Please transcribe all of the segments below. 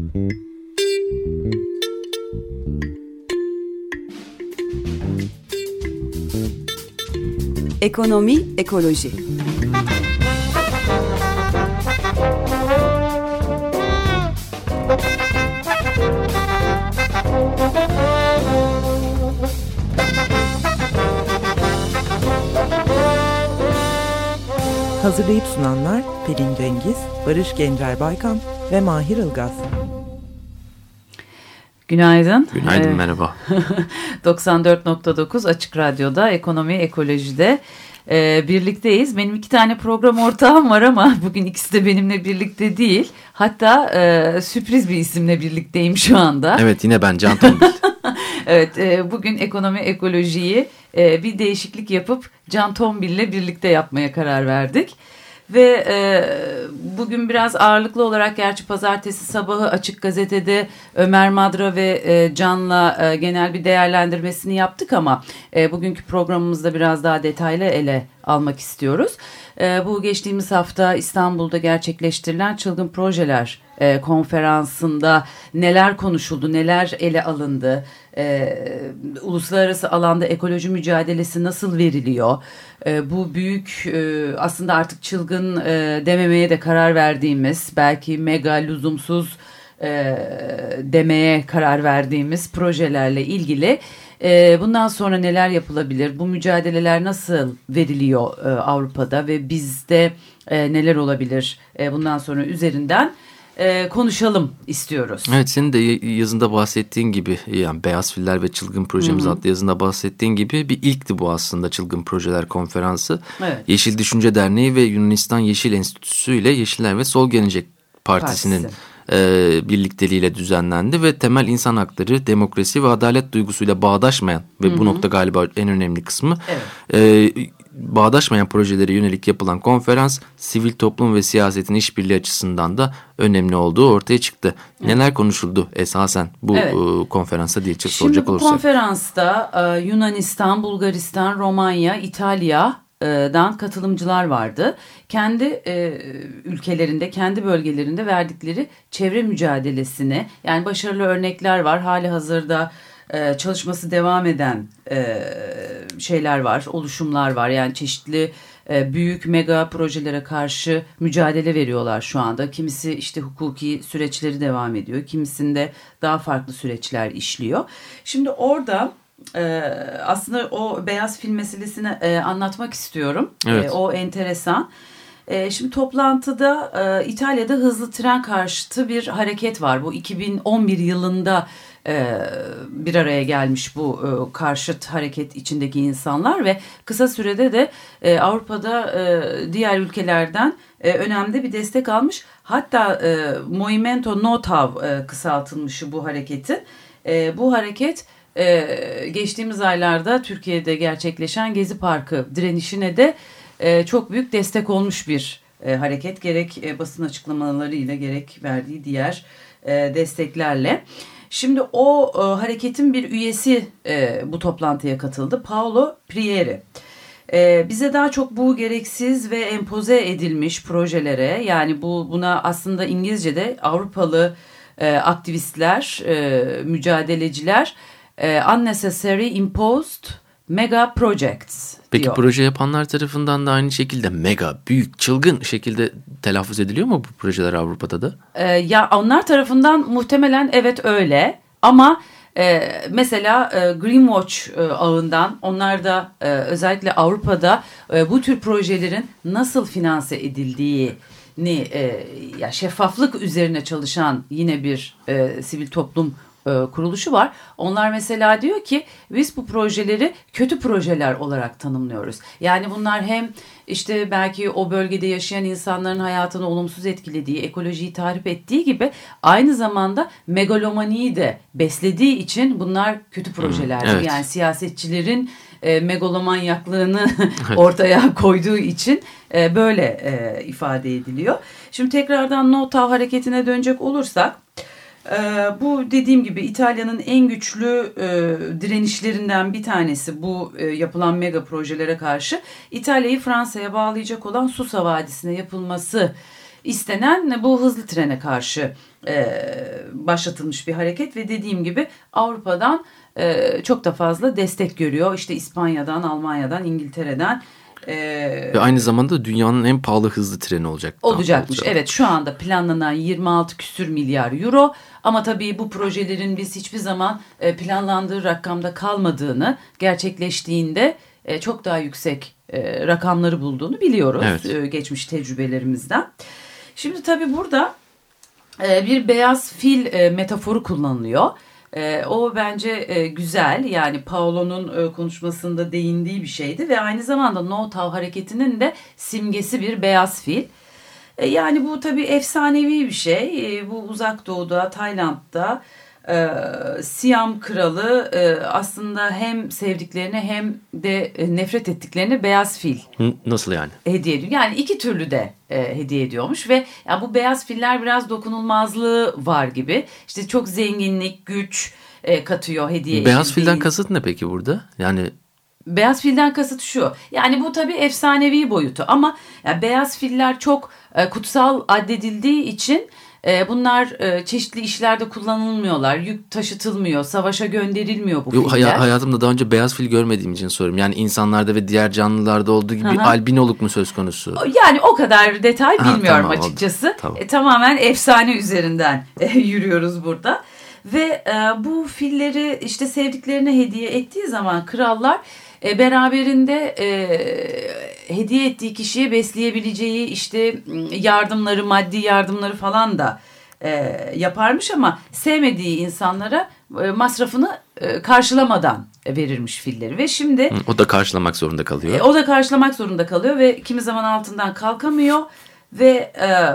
Ekonomi, ekoloji. Hazırlayıp sunanlar Pelin Cengiz, Barış Gencer Baykan ve Mahir Ilgaz. Günaydın. Günaydın, merhaba. 94.9 Açık Radyo'da Ekonomi Ekoloji'de birlikteyiz. Benim 2 tane program ortağım var ama bugün ikisi de benimle birlikte değil. Hatta sürpriz bir isimle birlikteyim şu anda. Evet, yine ben Can Tombil. Evet, bugün Ekonomi Ekoloji'yi bir değişiklik yapıp Can Tombil'le birlikte yapmaya karar verdik. Ve bugün biraz ağırlıklı olarak, gerçi pazartesi sabahı Açık Gazete'de Ömer Madra ve Can'la genel bir değerlendirmesini yaptık ama bugünkü programımızda biraz daha detaylı ele almak istiyoruz. Bu geçtiğimiz hafta İstanbul'da gerçekleştirilen Çılgın Projeler konferansında neler konuşuldu, neler ele alındı, uluslararası alanda ekoloji mücadelesi nasıl veriliyor, bu büyük aslında artık çılgın dememeye de karar verdiğimiz, belki mega lüzumsuz demeye karar verdiğimiz projelerle ilgili bundan sonra neler yapılabilir, bu mücadeleler nasıl veriliyor Avrupa'da ve bizde neler olabilir bundan sonra üzerinden konuşalım istiyoruz. Evet, senin de yazında bahsettiğin gibi, yani Beyaz Filler ve Çılgın Projemiz adlı yazında bahsettiğin gibi bir ilkti bu aslında Çılgın Projeler Konferansı. Evet. Yeşil Düşünce Derneği ve Yunanistan Yeşil Enstitüsü ile Yeşiller ve Sol Gelecek Partisi'nin birlikteliğiyle düzenlendi ve temel insan hakları, demokrasi ve adalet duygusuyla bağdaşmayan ve bu nokta galiba en önemli kısmı, bağdaşmayan projelere yönelik yapılan konferans sivil toplum ve siyasetin işbirliği açısından da önemli olduğu ortaya çıktı. Neler konuşuldu esasen bu konferansta diye soracak olursak. Şimdi bu konferansta Yunanistan, Bulgaristan, Romanya, İtalya'dan katılımcılar vardı. Kendi ülkelerinde, kendi bölgelerinde verdikleri çevre mücadelesine, yani başarılı örnekler var. Hali hazırda çalışması devam eden şeyler var, oluşumlar var. Yani çeşitli büyük mega projelere karşı mücadele veriyorlar şu anda. Kimisi işte hukuki süreçleri devam ediyor, kimisinde daha farklı süreçler işliyor. Şimdi orada aslında o beyaz fil meselesini anlatmak istiyorum. Evet. O enteresan. Şimdi toplantıda İtalya'da hızlı tren karşıtı bir hareket var. Bu 2011 yılında bir araya gelmiş bu karşıt hareket içindeki insanlar ve kısa sürede de Avrupa'da diğer ülkelerden önemli bir destek almış. Hatta Movimento Notav kısaltılmışı bu hareketin. Bu hareket geçtiğimiz aylarda Türkiye'de gerçekleşen Gezi Parkı direnişine de çok büyük destek olmuş bir hareket. Gerek basın açıklamalarıyla gerek verdiği diğer desteklerle. Şimdi o hareketin bir üyesi bu toplantıya katıldı. Paolo Prieri. Bize daha çok bu gereksiz ve empoze edilmiş projelere, yani buna aslında İngilizce'de Avrupalı aktivistler, mücadeleciler unnecessary imposed mega projects Peki diyor. proje yapanlar tarafından da aynı şekilde mega, büyük, çılgın şekilde telaffuz ediliyor mu bu projeler Avrupa'da da? Ya onlar tarafından muhtemelen evet öyle ama mesela Greenwatch ağından, onlar da özellikle Avrupa'da bu tür projelerin nasıl finanse edildiğini, ya şeffaflık üzerine çalışan yine bir sivil toplum kuruluşu var. Onlar mesela diyor ki biz bu projeleri kötü projeler olarak tanımlıyoruz. Yani bunlar hem işte belki o bölgede yaşayan insanların hayatını olumsuz etkilediği, ekolojiyi tahrip ettiği gibi aynı zamanda megalomaniyi de beslediği için bunlar kötü projelerdir. Evet. Yani siyasetçilerin megalomanyaklığını ortaya koyduğu için böyle ifade ediliyor. Şimdi tekrardan Notav hareketine dönecek olursak, bu dediğim gibi İtalya'nın en güçlü direnişlerinden bir tanesi bu yapılan mega projelere karşı. İtalya'yı Fransa'ya bağlayacak olan Susa Vadisi'ne yapılması istenen bu hızlı trene karşı başlatılmış bir hareket ve dediğim gibi Avrupa'dan çok da fazla destek görüyor. İşte İspanya'dan, Almanya'dan, İngiltere'den. Ve aynı zamanda dünyanın en pahalı hızlı treni olacakmış. Evet, şu anda planlanan 26 küsür milyar euro ama tabii bu projelerin biz hiçbir zaman planlandığı rakamda kalmadığını, gerçekleştiğinde çok daha yüksek rakamları bulduğunu biliyoruz geçmiş tecrübelerimizden. Şimdi tabii burada bir beyaz fil metaforu kullanılıyor. O bence güzel, yani Paulo'nun konuşmasında değindiği bir şeydi ve aynı zamanda No Tav hareketinin de simgesi bir beyaz fil. Yani bu tabii efsanevi bir şey. Bu Uzak Doğu'da, Tayland'da Siam kralı aslında hem sevdiklerine hem de nefret ettiklerine beyaz fil. Nasıl yani? Hediye ediyor. Yani iki türlü de hediye ediyormuş ve ya bu beyaz filler biraz dokunulmazlığı var gibi. İşte çok zenginlik, güç katıyor hediye. Beyaz filden kasıt ne peki burada? Yani beyaz filden kasıt şu. Yani bu tabii efsanevi boyutu ama yani beyaz filler çok kutsal addedildiği için bunlar çeşitli işlerde kullanılmıyorlar. Yük taşıtılmıyor, savaşa gönderilmiyor bu filler. Hayatımda daha önce beyaz fil görmediğim için soruyorum. Yani insanlarda ve diğer canlılarda olduğu gibi bir albinoluk mu söz konusu? Yani o kadar detay bilmiyorum açıkçası. Tamam. Tamamen efsane üzerinden yürüyoruz burada. Ve bu filleri işte sevdiklerine hediye ettiği zaman krallar beraberinde hediye ettiği kişiye besleyebileceği işte yardımları, maddi yardımları falan da yaparmış ama sevmediği insanlara masrafını karşılamadan verirmiş filleri. Ve şimdi o da karşılamak zorunda kalıyor. O da karşılamak zorunda kalıyor ve kimi zaman altından kalkamıyor ve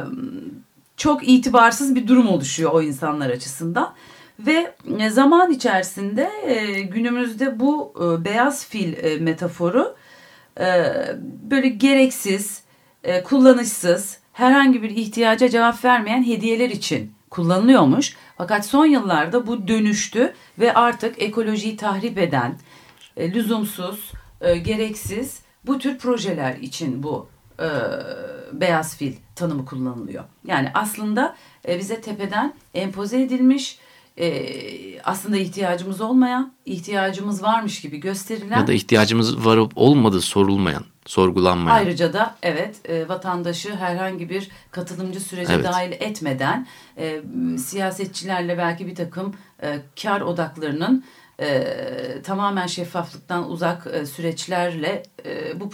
çok itibarsız bir durum oluşuyor o insanlar açısından. Ve zaman içerisinde günümüzde bu beyaz fil metaforu böyle gereksiz, kullanışsız, herhangi bir ihtiyaca cevap vermeyen hediyeler için kullanılıyormuş. Fakat son yıllarda bu dönüştü ve artık ekolojiyi tahrip eden, lüzumsuz, gereksiz bu tür projeler için bu beyaz fil tanımı kullanılıyor. Yani aslında bize tepeden empoze edilmiş, aslında ihtiyacımız olmayan, ihtiyacımız varmış gibi gösterilen ya da ihtiyacımız var olmadığı sorulmayan, sorgulanmayan. Ayrıca da vatandaşı herhangi bir katılımcı sürece dahil etmeden siyasetçilerle belki bir takım kar odaklarının tamamen şeffaflıktan uzak süreçlerle bu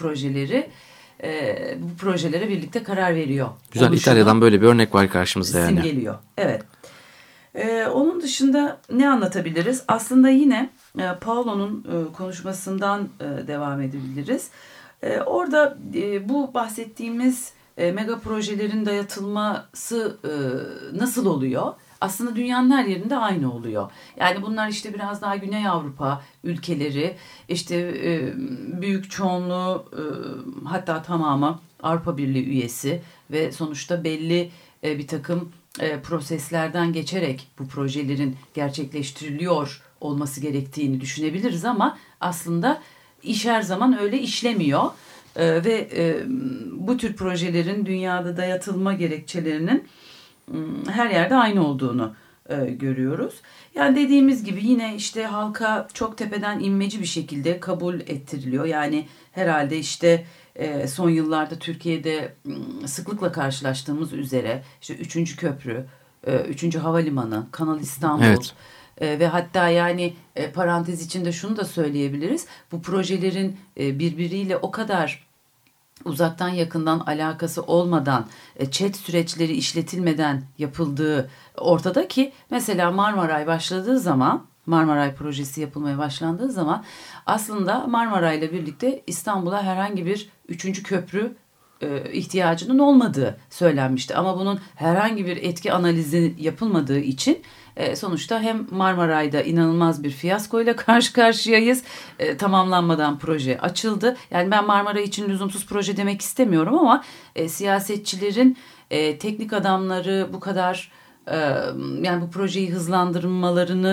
projelere birlikte karar veriyor. Güzel, İtalya'dan böyle bir örnek var karşımızda yani. Simgeliyor. Evet. Onun dışında ne anlatabiliriz? Aslında yine Paulo'nun konuşmasından devam edebiliriz. Orada bu bahsettiğimiz mega projelerin dayatılması nasıl oluyor? Aslında dünyanın her yerinde aynı oluyor. Yani bunlar işte biraz daha Güney Avrupa ülkeleri, işte büyük çoğunluğu hatta tamamı Avrupa Birliği üyesi ve sonuçta belli bir takım proseslerden geçerek bu projelerin gerçekleştiriliyor olması gerektiğini düşünebiliriz ama aslında iş her zaman öyle işlemiyor ve bu tür projelerin dünyada dayatılma gerekçelerinin her yerde aynı olduğunu görüyoruz. Yani dediğimiz gibi yine işte halka çok tepeden inmeci bir şekilde kabul ettiriliyor. Yani herhalde işte son yıllarda Türkiye'de sıklıkla karşılaştığımız üzere işte 3. köprü, 3. havalimanı, Kanal İstanbul ve hatta yani parantez içinde şunu da söyleyebiliriz. Bu projelerin birbiriyle o kadar uzaktan yakından alakası olmadan, chat süreçleri işletilmeden yapıldığı ortada ki mesela Marmaray projesi yapılmaya başlandığı zaman aslında Marmaray ile birlikte İstanbul'a herhangi bir 3. köprü ihtiyacının olmadığı söylenmişti. Ama bunun herhangi bir etki analizi yapılmadığı için sonuçta hem Marmaray'da inanılmaz bir fiyaskoyla karşı karşıyayız. Tamamlanmadan proje açıldı. Yani ben Marmaray için lüzumsuz proje demek istemiyorum ama siyasetçilerin, teknik adamları bu kadar yani bu projeyi hızlandırmalarını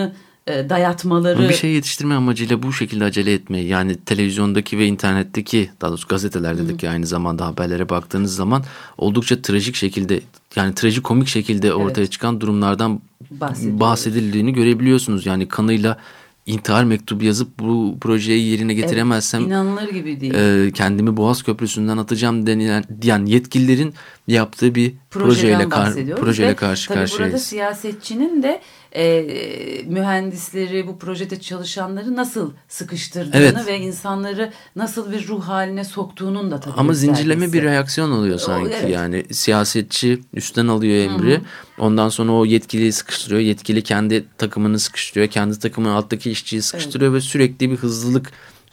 dayatmaları. Bir şey yetiştirme amacıyla bu şekilde acele etmeyi, yani televizyondaki ve internetteki, daha doğrusu gazetelerdeki aynı zamanda haberlere baktığınız zaman oldukça trajik şekilde, yani trajikomik şekilde ortaya çıkan durumlardan bahsedildiğini görebiliyorsunuz. Yani kanıyla intihar mektubu yazıp bu projeyi yerine getiremezsem inanılır gibi değil. Kendimi Boğaz Köprüsü'nden atacağım diyen yetkililerin yaptığı bir projeyle karşı tabii karşıyayız. Burada siyasetçinin de mühendisleri, bu projede çalışanları nasıl sıkıştırdığını ve insanları nasıl bir ruh haline soktuğunun da tabii. Ama zincirleme bir reaksiyon oluyor sanki. Yani siyasetçi üstten alıyor emri. Ondan sonra o yetkiliyi sıkıştırıyor. Yetkili kendi takımını sıkıştırıyor. Kendi takımının alttaki işçiyi sıkıştırıyor ve sürekli bir hızlılık,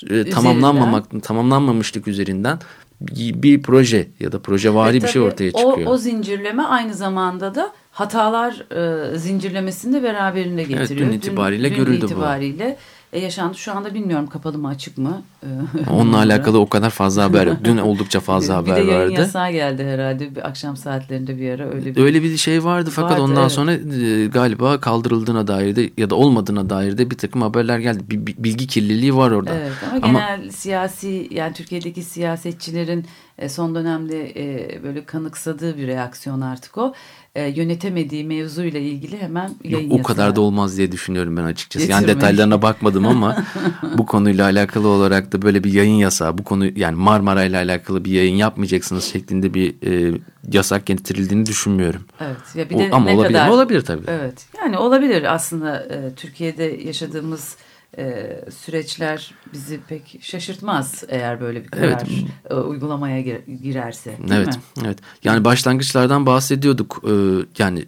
tamamlanmamışlık üzerinden bir proje ya da projevari bir şey ortaya çıkıyor. O zincirleme aynı zamanda da hatalar zincirlemesini de beraberinde getiriyor. Evet, dün itibariyle görüldü bu. Yaşandı. Şu anda bilmiyorum kapalı mı açık mı? Onunla alakalı o kadar fazla haber yok. Dün oldukça fazla haber vardı. Bir de yayın yasağı geldi herhalde. Bir akşam saatlerinde bir ara öyle bir şey vardı. Fakat ondan sonra galiba kaldırıldığına dair de ya da olmadığına dair de bir takım haberler geldi. Bilgi kirliliği var orada. Evet, ama genel siyasi, yani Türkiye'deki siyasetçilerin son dönemde böyle kanıksadığı bir reaksiyon artık o. Yönetemediği mevzuyla ilgili hemen yayın yasağı. O kadar da olmaz diye düşünüyorum ben açıkçası. Yani detaylarına bakmadım ama bu konuyla alakalı olarak da böyle bir yayın yasağı, bu konu, yani Marmara ile alakalı bir yayın yapmayacaksınız şeklinde bir yasak getirildiğini düşünmüyorum. Evet. Ya bir de ama olabilir mi? Olabilir tabii. Evet. Yani olabilir aslında. Türkiye'de yaşadığımız süreçler bizi pek şaşırtmaz eğer böyle bir karar uygulamaya girerse. Değil mi? Evet. Yani başlangıçlardan bahsediyorduk. Yani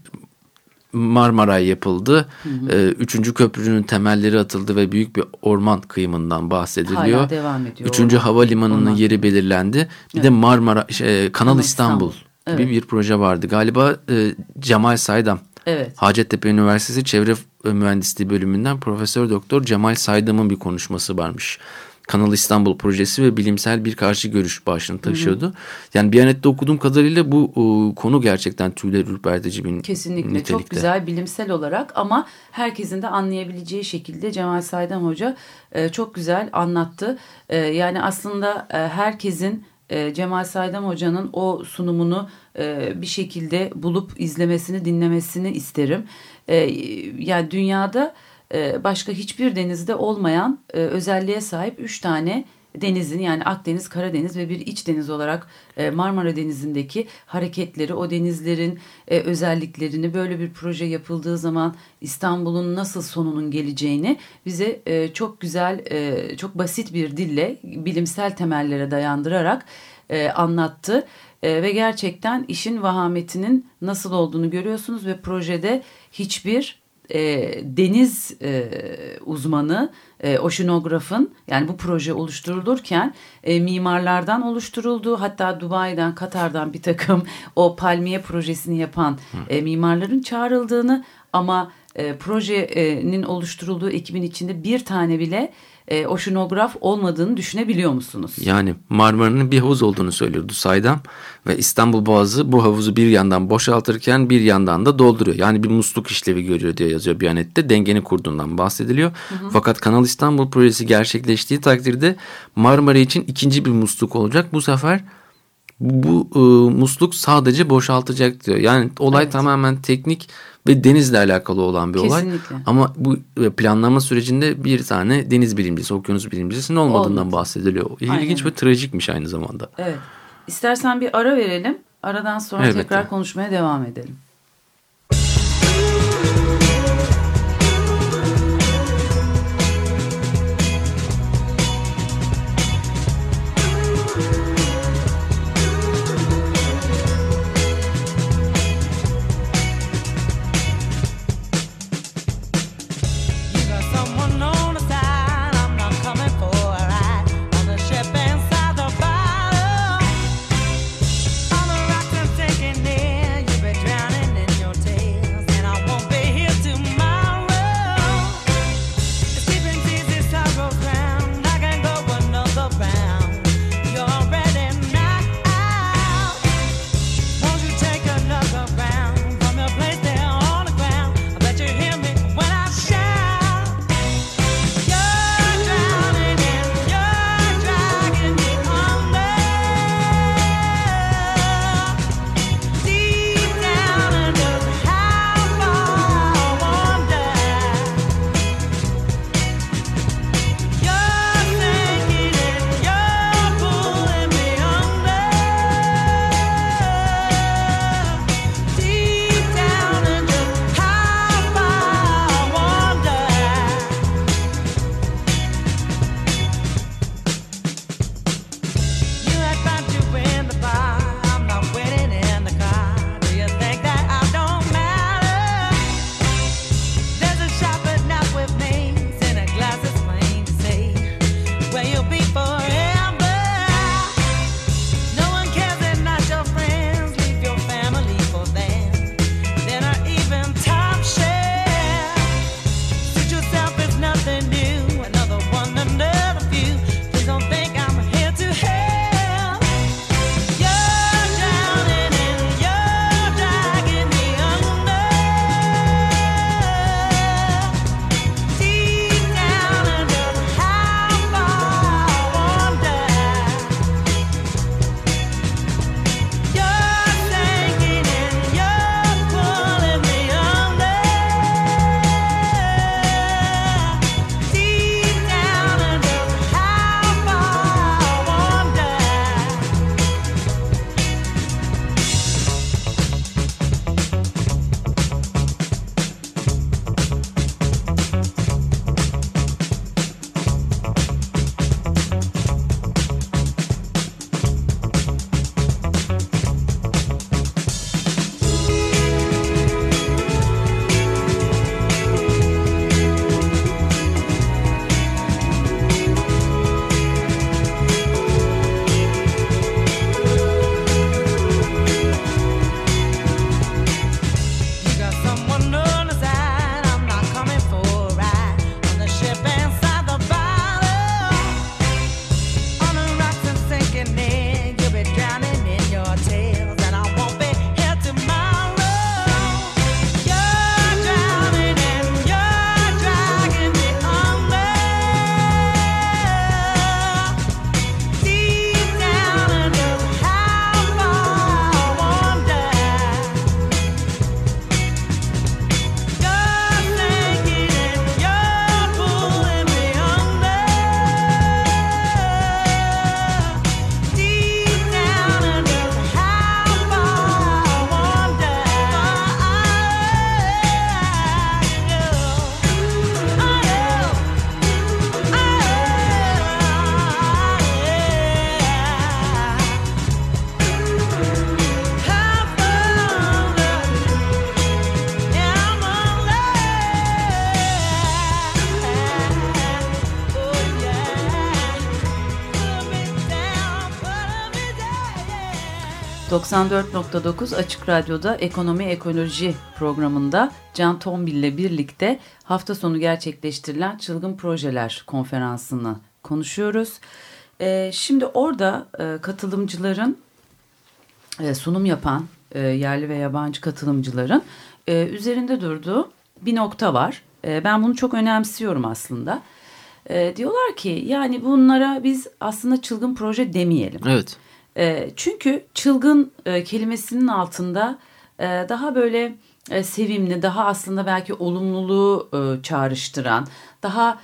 Marmaray yapıldı. 3. köprünün temelleri atıldı ve büyük bir orman kıyımından bahsediliyor. Hala devam ediyor. 3. havalimanının yeri belirlendi. Bir de Marmara Kanal İstanbul gibi bir proje vardı. Galiba Cemal Saydam. Evet. Hacettepe Üniversitesi Çevre Mühendisliği bölümünden Profesör Doktor Cemal Saydam'ın bir konuşması varmış. Kanal İstanbul projesi ve bilimsel bir karşı görüş başlığını taşıyordu. Yani Biyanet'te okuduğum kadarıyla bu konu gerçekten tüyler ürpertici bir kesinlikle nitelikte. Çok güzel bilimsel olarak ama herkesin de anlayabileceği şekilde Cemal Saydam Hoca çok güzel anlattı. Yani aslında herkesin Cemal Saydam Hoca'nın o sunumunu bir şekilde bulup izlemesini, dinlemesini isterim. Yani dünyada başka hiçbir denizde olmayan özelliğe sahip 3 tane denizin, yani Akdeniz, Karadeniz ve bir iç deniz olarak Marmara Denizi'ndeki hareketleri, o denizlerin özelliklerini, böyle bir proje yapıldığı zaman İstanbul'un nasıl sonunun geleceğini bize çok güzel, çok basit bir dille bilimsel temellere dayandırarak anlattı. Ve gerçekten işin vahametinin nasıl olduğunu görüyorsunuz ve projede hiçbir deniz uzmanı, oşinografın, yani bu proje oluşturulurken mimarlardan oluşturulduğu, hatta Dubai'den, Katar'dan bir takım o palmiye projesini yapan mimarların çağrıldığını, ama projenin oluşturulduğu ekibin içinde bir tane bile oşinograf olmadığını düşünebiliyor musunuz? Yani Marmara'nın bir havuz olduğunu söylüyordu Saydam ve İstanbul Boğazı bu havuzu bir yandan boşaltırken bir yandan da dolduruyor. Yani bir musluk işlevi görüyor diye yazıyor Biyanet'te. Dengeni kurduğundan bahsediliyor. Fakat Kanal İstanbul projesi gerçekleştiği takdirde Marmara için ikinci bir musluk olacak. Bu sefer bu musluk sadece boşaltacak diyor. Yani olay tamamen teknik ve denizle alakalı olan bir olay. Ama bu planlama sürecinde bir tane deniz bilimcisi, okyanus bilimcisinin olmadığından bahsediliyor. İlginç ve trajikmiş aynı zamanda. Evet. İstersen bir ara verelim. Aradan sonra tekrar konuşmaya devam edelim. Here to 94.9 Açık Radyo'da Ekonomi Ekoloji programında Can Tombil ile birlikte hafta sonu gerçekleştirilen Çılgın Projeler Konferansı'nı konuşuyoruz. Şimdi orada katılımcıların, sunum yapan yerli ve yabancı katılımcıların üzerinde durduğu bir nokta var. Ben bunu çok önemsiyorum aslında. Diyorlar ki yani bunlara biz aslında çılgın proje demeyelim. Evet. Çünkü çılgın kelimesinin altında daha böyle sevimli, daha aslında belki olumluluğu çağrıştıran, daha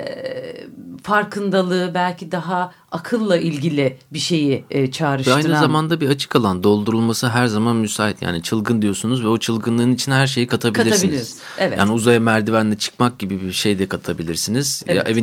farkındalığı, belki daha akılla ilgili bir şeyi çağrıştıran. Ve aynı zamanda bir açık alan, doldurulması her zaman müsait. Yani çılgın diyorsunuz ve o çılgınlığın içine her şeyi katabilirsiniz. Evet. Yani uzaya merdivenle çıkmak gibi bir şey de katabilirsiniz. Evet. Ya evin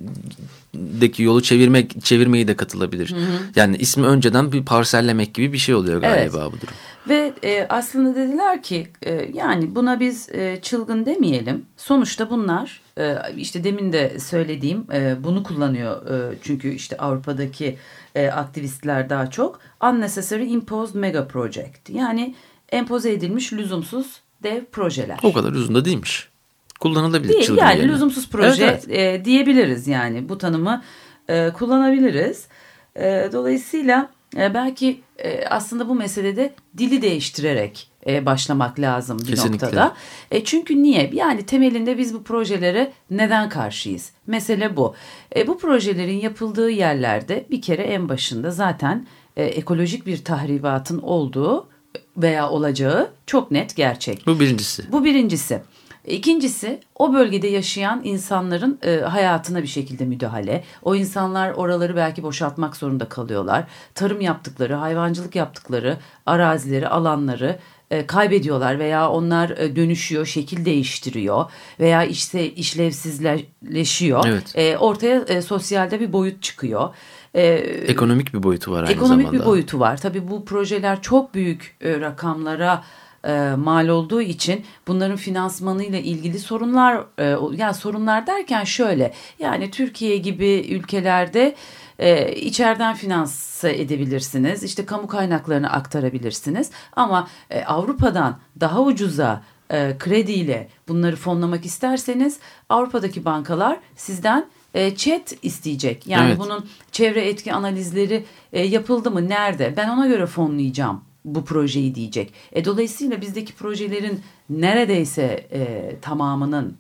önündeki yolu çevirmeyi de katılabilir. Hı. Yani ismi önceden bir parsellemek gibi bir şey oluyor galiba bu durum. Ve aslında dediler ki yani buna biz çılgın demeyelim. Sonuçta bunlar işte demin de söylediğim bunu kullanıyor. Çünkü işte Avrupa'daki aktivistler daha çok unnecessary imposed mega project. Yani empoze edilmiş lüzumsuz dev projeler. O kadar uzun da değilmiş. Kullanılabilir değil, çılgın yani yerine. Lüzumsuz proje evet. Diyebiliriz yani bu tanımı kullanabiliriz. Dolayısıyla belki aslında bu meselede dili değiştirerek başlamak lazım bir Kesinlikle. noktada. Çünkü niye? Yani temelinde biz bu projelere neden karşıyız? Mesele bu. Bu projelerin yapıldığı yerlerde bir kere en başında zaten ekolojik bir tahribatın olduğu veya olacağı çok net gerçek. Bu birincisi. İkincisi o bölgede yaşayan insanların hayatına bir şekilde müdahale. O insanlar oraları belki boşaltmak zorunda kalıyorlar. Tarım yaptıkları, hayvancılık yaptıkları arazileri, alanları kaybediyorlar veya onlar dönüşüyor, şekil değiştiriyor veya işte işlevsizleşiyor. Evet. Ortaya sosyalde bir boyut çıkıyor. Ekonomik bir boyutu var aynı zamanda. Ekonomik bir boyutu var. Tabii bu projeler çok büyük rakamlara mal olduğu için bunların finansmanıyla ilgili sorunlar, yani sorunlar derken şöyle, yani Türkiye gibi ülkelerde içeriden finanse edebilirsiniz, işte kamu kaynaklarını aktarabilirsiniz ama Avrupa'dan daha ucuza krediyle bunları fonlamak isterseniz Avrupa'daki bankalar sizden chat isteyecek. Yani evet. Bunun çevre etki analizleri yapıldı mı, nerede, ben ona göre fonlayacağım bu projeyi diyecek. Dolayısıyla bizdeki projelerin neredeyse tamamının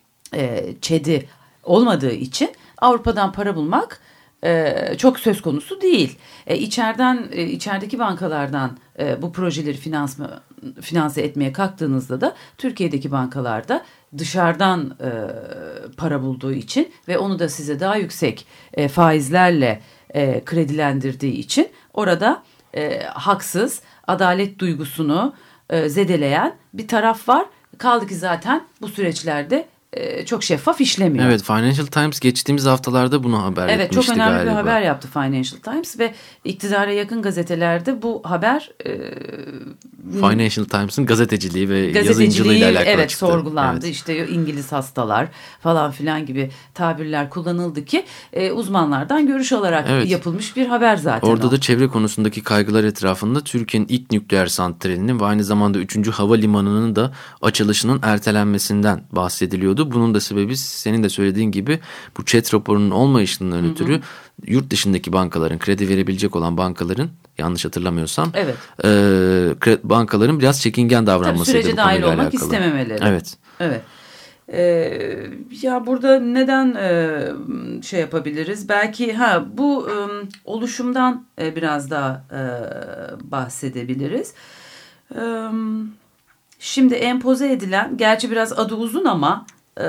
ÇED'i olmadığı için Avrupa'dan para bulmak çok söz konusu değil. İçerideki bankalardan bu projeleri finanse etmeye kalktığınızda da Türkiye'deki bankalarda dışarıdan para bulduğu için ve onu da size daha yüksek faizlerle kredilendirdiği için orada haksız, adalet duygusunu zedeleyen bir taraf var. Kaldı ki zaten bu süreçlerde çok şeffaf işlemiyor. Evet, Financial Times geçtiğimiz haftalarda bunu haber etmişti galiba. Evet, çok önemli bir haber yaptı Financial Times ve iktidara yakın gazetelerde bu haber Financial Times'ın gazeteciliği ve yazıncılığıyla alakalı evet, çıktı. sorgulandı. Evet. İşte İngiliz hastalar falan filan gibi tabirler kullanıldı ki uzmanlardan görüş alarak yapılmış bir haber zaten. Orada da çevre konusundaki kaygılar etrafında Türkiye'nin ilk nükleer santralinin ve aynı zamanda 3. havalimanının da açılışının ertelenmesinden bahsediliyordu. Bunun da sebebi senin de söylediğin gibi bu ÇED raporunun olmayışından ötürü yurt dışındaki bankaların, kredi verebilecek olan bankaların, yanlış hatırlamıyorsam, bankaların biraz çekingen davranmasıydı. Sürece dahil olmak istememeleri. Evet. Evet. Ya burada neden şey yapabiliriz? Belki bu oluşumdan biraz daha bahsedebiliriz. Şimdi empoze edilen, gerçi biraz adı uzun ama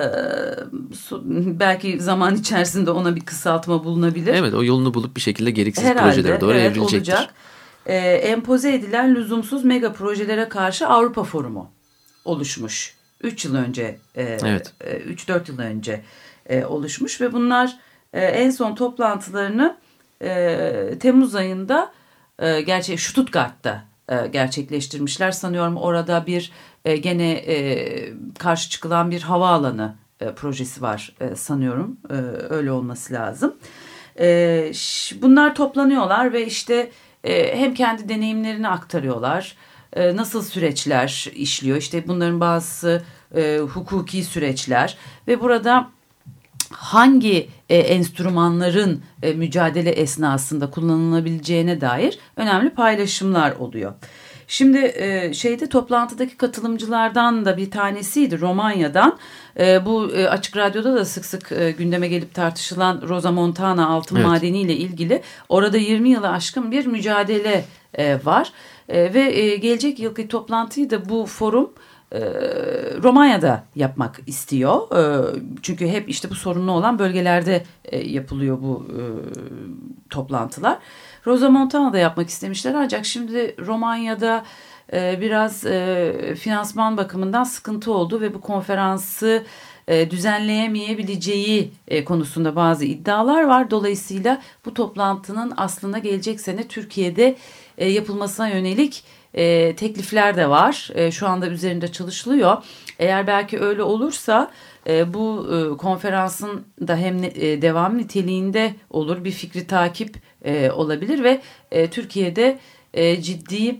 belki zaman içerisinde ona bir kısaltma bulunabilir. Evet, o yolunu bulup bir şekilde gereksiz projelere doğru evrilecektir. Olacak. Empoze edilen lüzumsuz mega projelere karşı Avrupa Forumu oluşmuş. 3 yıl önce, 3-4 yıl önce oluşmuş ve bunlar en son toplantılarını Temmuz ayında Stuttgart'ta gerçekleştirmişler. Sanıyorum orada bir gene karşı çıkılan bir havaalanı projesi var sanıyorum. Öyle olması lazım. Bunlar toplanıyorlar ve işte hem kendi deneyimlerini aktarıyorlar. Nasıl süreçler işliyor? İşte bunların bazısı hukuki süreçler ve burada hangi enstrümanların mücadele esnasında kullanılabileceğine dair önemli paylaşımlar oluyor. Şimdi toplantıdaki katılımcılardan da bir tanesiydi Romanya'dan. Bu Açık Radyo'da da sık sık gündeme gelip tartışılan Rosa Montana altın madeni ile ilgili orada 20 yılı aşkın bir mücadele var. Ve gelecek yılki toplantıyı da bu forum Romanya'da yapmak istiyor. Çünkü hep işte bu sorunlu olan bölgelerde yapılıyor bu toplantılar. Rosa Montana'da yapmak istemişler ancak şimdi Romanya'da biraz finansman bakımından sıkıntı oldu ve bu konferansı düzenleyemeyebileceği konusunda bazı iddialar var. Dolayısıyla bu toplantının aslında gelecek sene Türkiye'de yapılmasına yönelik teklifler de var. Şu anda üzerinde çalışılıyor. Eğer belki öyle olursa bu konferansın da hem devam niteliğinde olur, bir fikri takip olabilir ve Türkiye'de ciddi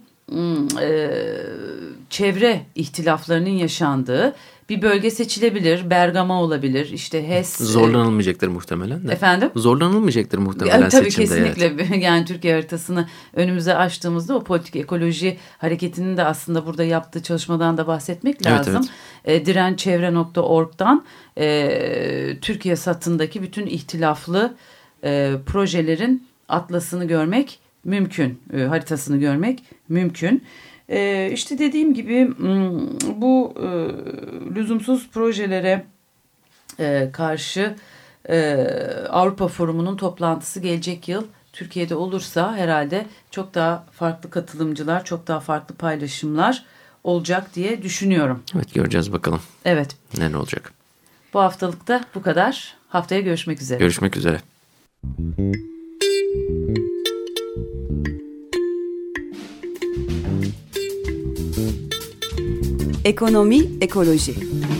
çevre ihtilaflarının yaşandığı bir bölge seçilebilir. Bergama olabilir. İşte HES. Zorlanılmayacaktır muhtemelen de. Efendim? Zorlanılmayacaktır muhtemelen tabii seçimde. kesinlikle. Yani Türkiye haritasını önümüze açtığımızda o politik ekoloji hareketinin de aslında burada yaptığı çalışmadan da bahsetmek lazım. Evet. Dirençevre.org'dan Türkiye satındaki bütün ihtilaflı projelerin atlasını görmek mümkün. Haritasını görmek mümkün. İşte dediğim gibi bu lüzumsuz projelere karşı Avrupa Forumu'nun toplantısı gelecek yıl Türkiye'de olursa herhalde çok daha farklı katılımcılar, çok daha farklı paylaşımlar olacak diye düşünüyorum. Evet, göreceğiz bakalım. Evet. Ne olacak? Bu haftalıkta bu kadar. Haftaya görüşmek üzere. Görüşmek üzere. Ekonomi, ekoloji.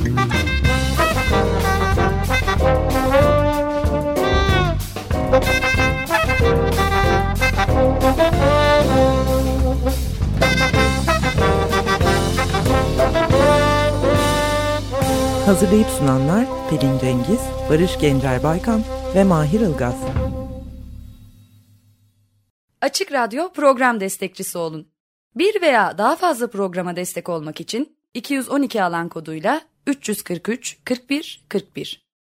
Hazırlayıp sunanlar Pelin Cengiz, Barış Gencer Baykan ve Mahir Ilgaz. Açık Radyo program destekçisi olun. Bir veya daha fazla programa destek olmak için 212 alan koduyla 343 41 41